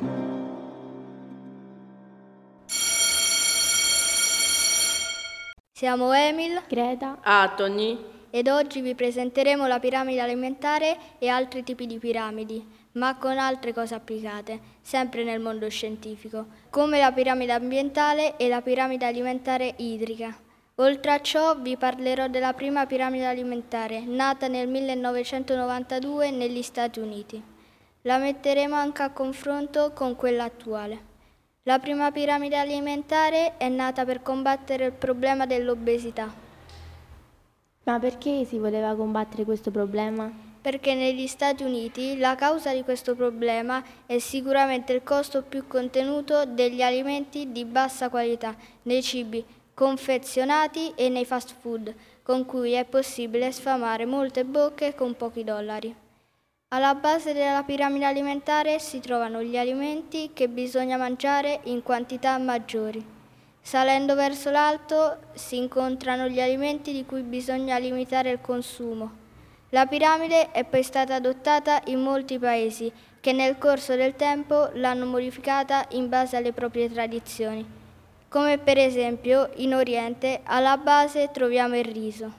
Siamo Emil, Greta, Atoni ed oggi vi presenteremo la piramide alimentare e altri tipi di piramidi, ma con altre cose applicate, sempre nel mondo scientifico, come la piramide ambientale e la piramide alimentare idrica. Oltre a ciò vi parlerò della prima piramide alimentare, nata nel 1992 negli Stati Uniti. La metteremo anche a confronto con quella attuale. La prima piramide alimentare è nata per combattere il problema dell'obesità. Ma perché si voleva combattere questo problema? Perché negli Stati Uniti la causa di questo problema è sicuramente il costo più contenuto degli alimenti di bassa qualità, nei cibi confezionati e nei fast food, con cui è possibile sfamare molte bocche con pochi dollari. Alla base della piramide alimentare si trovano gli alimenti che bisogna mangiare in quantità maggiori. Salendo verso l'alto si incontrano gli alimenti di cui bisogna limitare il consumo. La piramide è poi stata adottata in molti paesi che nel corso del tempo l'hanno modificata in base alle proprie tradizioni, come per esempio in Oriente alla base troviamo il riso.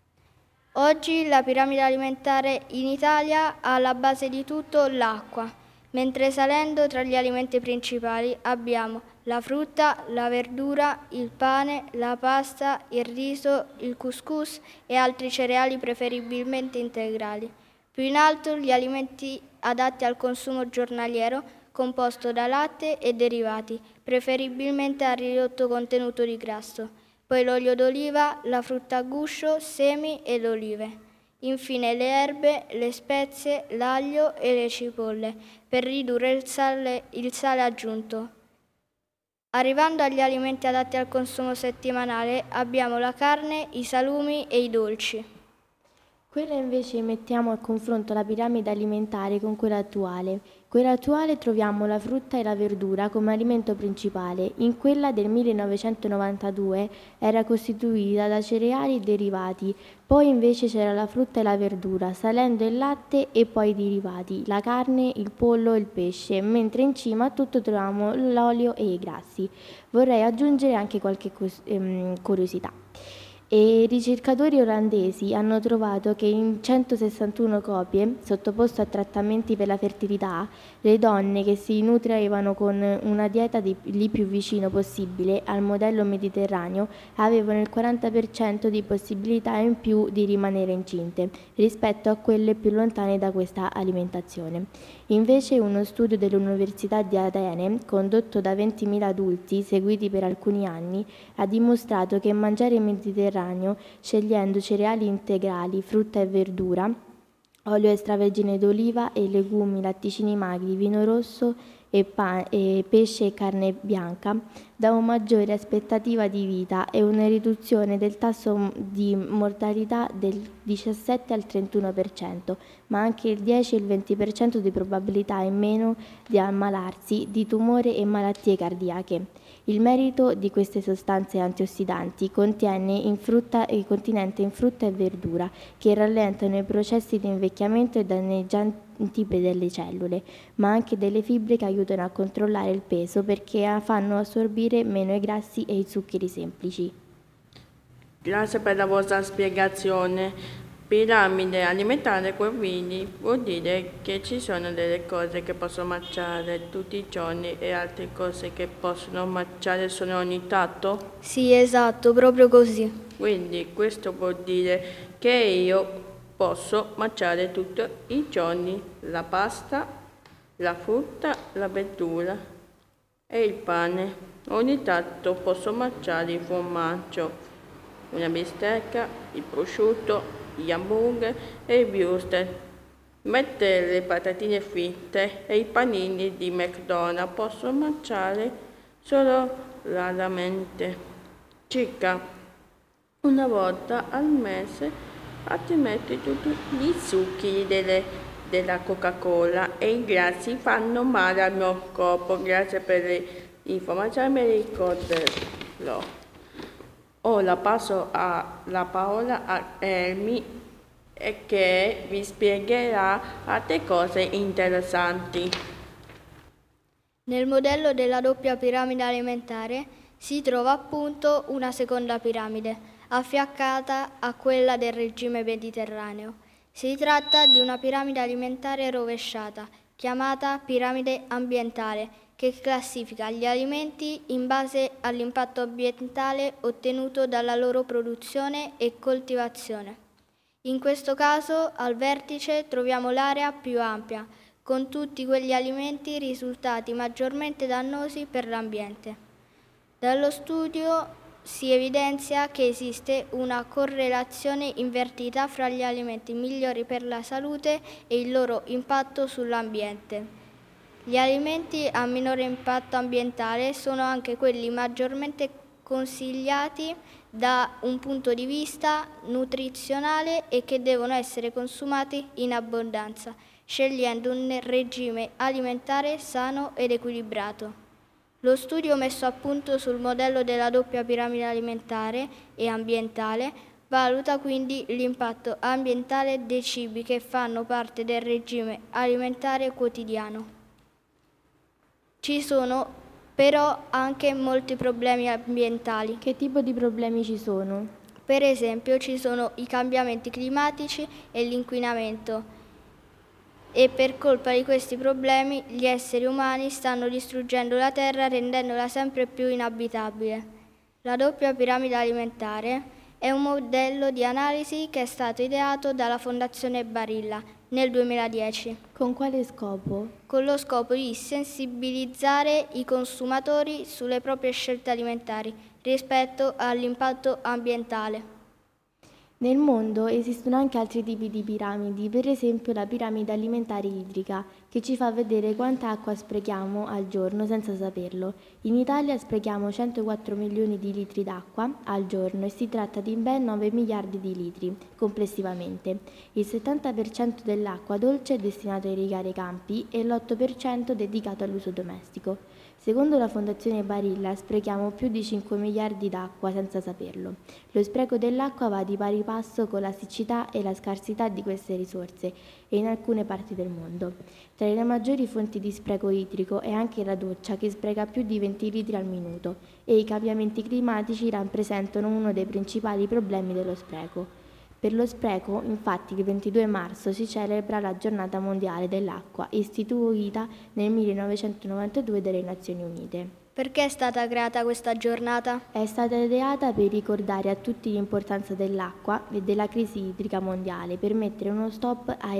Oggi la piramide alimentare in Italia ha alla base di tutto l'acqua, mentre salendo tra gli alimenti principali abbiamo la frutta, la verdura, il pane, la pasta, il riso, il couscous e altri cereali preferibilmente integrali. Più in alto gli alimenti adatti al consumo giornaliero, composto da latte e derivati, preferibilmente a ridotto contenuto di grasso. Poi l'olio d'oliva, la frutta a guscio, semi ed olive. Infine le erbe, le spezie, l'aglio e le cipolle, per ridurre il sale aggiunto. Arrivando agli alimenti adatti al consumo settimanale abbiamo la carne, i salumi e i dolci. Quella invece mettiamo a confronto la piramide alimentare con quella attuale. Quella attuale troviamo la frutta e la verdura come alimento principale. In quella del 1992 era costituita da cereali e derivati, poi invece c'era la frutta e la verdura, salendo il latte e poi i derivati, la carne, il pollo e il pesce, mentre in cima a tutto troviamo l'olio e i grassi. Vorrei aggiungere anche qualche curiosità. E i ricercatori olandesi hanno trovato che in 161 copie, sottoposte a trattamenti per la fertilità, le donne che si nutrivano con una dieta lì più vicino possibile al modello mediterraneo avevano il 40% di possibilità in più di rimanere incinte rispetto a quelle più lontane da questa alimentazione. Invece uno studio dell'Università di Atene, condotto da 20.000 adulti seguiti per alcuni anni, ha dimostrato che mangiare il Mediterraneo, scegliendo cereali integrali, frutta e verdura, olio extravergine d'oliva e legumi, latticini magri, vino rosso e pesce e carne bianca, dà una maggiore aspettativa di vita e una riduzione del tasso di mortalità del 17 al 31%, ma anche il 10 e il 20% di probabilità in meno di ammalarsi di tumore e malattie cardiache. Il merito di queste sostanze antiossidanti contiene in frutta e verdura che rallentano i processi di invecchiamento e danneggianti delle cellule, ma anche delle fibre che aiutano a controllare il peso perché fanno assorbire meno i grassi e i zuccheri semplici. Grazie per la vostra spiegazione. Piramide alimentare quindi vuol dire che ci sono delle cose che posso mangiare tutti i giorni e altre cose che possono mangiare solo ogni tanto? Sì, esatto, proprio così. Quindi questo vuol dire che io posso mangiare tutti i giorni la pasta, la frutta, la verdura e il pane. Ogni tanto posso mangiare il formaggio, una bistecca, il prosciutto, gli hamburger e i wurstel, mentre le patatine fritte e i panini di McDonald's posso mangiare solo raramente, circa una volta al mese, altrimenti tutti gli zuccheri della Coca-Cola e i grassi fanno male al mio corpo. Grazie per le informazioni, mi ricorderò. Ora passo la parola a Elmi che vi spiegherà altre cose interessanti. Nel modello della doppia piramide alimentare si trova appunto una seconda piramide, affiancata a quella del regime mediterraneo. Si tratta di una piramide alimentare rovesciata, chiamata piramide ambientale, che classifica gli alimenti in base all'impatto ambientale ottenuto dalla loro produzione e coltivazione. In questo caso, al vertice troviamo l'area più ampia, con tutti quegli alimenti risultati maggiormente dannosi per l'ambiente. Dallo studio si evidenzia che esiste una correlazione invertita fra gli alimenti migliori per la salute e il loro impatto sull'ambiente. Gli alimenti a minore impatto ambientale sono anche quelli maggiormente consigliati da un punto di vista nutrizionale e che devono essere consumati in abbondanza, scegliendo un regime alimentare sano ed equilibrato. Lo studio messo a punto sul modello della doppia piramide alimentare e ambientale valuta quindi l'impatto ambientale dei cibi che fanno parte del regime alimentare quotidiano. Ci sono però anche molti problemi ambientali. Che tipo di problemi ci sono? Per esempio ci sono i cambiamenti climatici e l'inquinamento. E per colpa di questi problemi gli esseri umani stanno distruggendo la Terra rendendola sempre più inabitabile. La doppia piramide alimentare è un modello di analisi che è stato ideato dalla Fondazione Barilla nel 2010. Con quale scopo? Con lo scopo di sensibilizzare i consumatori sulle proprie scelte alimentari rispetto all'impatto ambientale. Nel mondo esistono anche altri tipi di piramidi, per esempio la piramide alimentare idrica, che ci fa vedere quanta acqua sprechiamo al giorno senza saperlo. In Italia sprechiamo 104 milioni di litri d'acqua al giorno e si tratta di ben 9 miliardi di litri complessivamente. Il 70% dell'acqua dolce è destinato a irrigare i campi e l'8% dedicato all'uso domestico. Secondo la Fondazione Barilla sprechiamo più di 5 miliardi d'acqua senza saperlo. Lo spreco dell'acqua va di pari passo con la siccità e la scarsità di queste risorse e in alcune parti del mondo. Tra le maggiori fonti di spreco idrico è anche la doccia che spreca più di 20 litri al minuto e i cambiamenti climatici rappresentano uno dei principali problemi dello spreco. Per lo spreco, infatti, il 22 marzo si celebra la Giornata Mondiale dell'Acqua, istituita nel 1992 dalle Nazioni Unite. Perché è stata creata questa giornata? È stata ideata per ricordare a tutti l'importanza dell'acqua e della crisi idrica mondiale, per mettere uno stop ai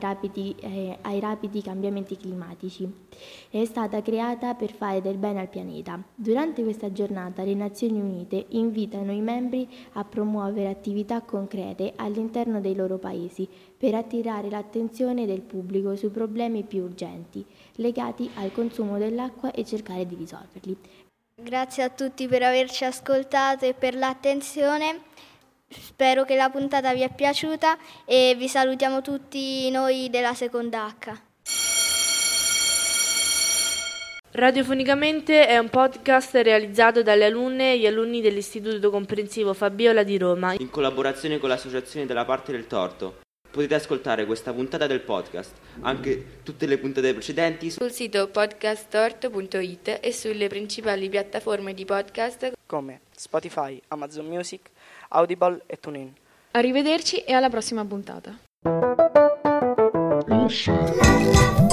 rapidi cambiamenti climatici. È stata creata per fare del bene al pianeta. Durante questa giornata le Nazioni Unite invitano i membri a promuovere attività concrete all'interno dei loro paesi per attirare l'attenzione del pubblico sui problemi più urgenti legati al consumo dell'acqua e cercare di risolverli. Grazie a tutti per averci ascoltato e per l'attenzione. Spero che la puntata vi è piaciuta e vi salutiamo tutti noi della seconda H. Radiofonicamente è un podcast realizzato dalle alunne e gli alunni dell'Istituto Comprensivo Fabiola di Roma in collaborazione con l'Associazione della Parte del Torto. Potete ascoltare questa puntata del podcast, anche tutte le puntate precedenti sul sito podcasttorto.it e sulle principali piattaforme di podcast come Spotify, Amazon Music, Audible e TuneIn. Arrivederci e alla prossima puntata.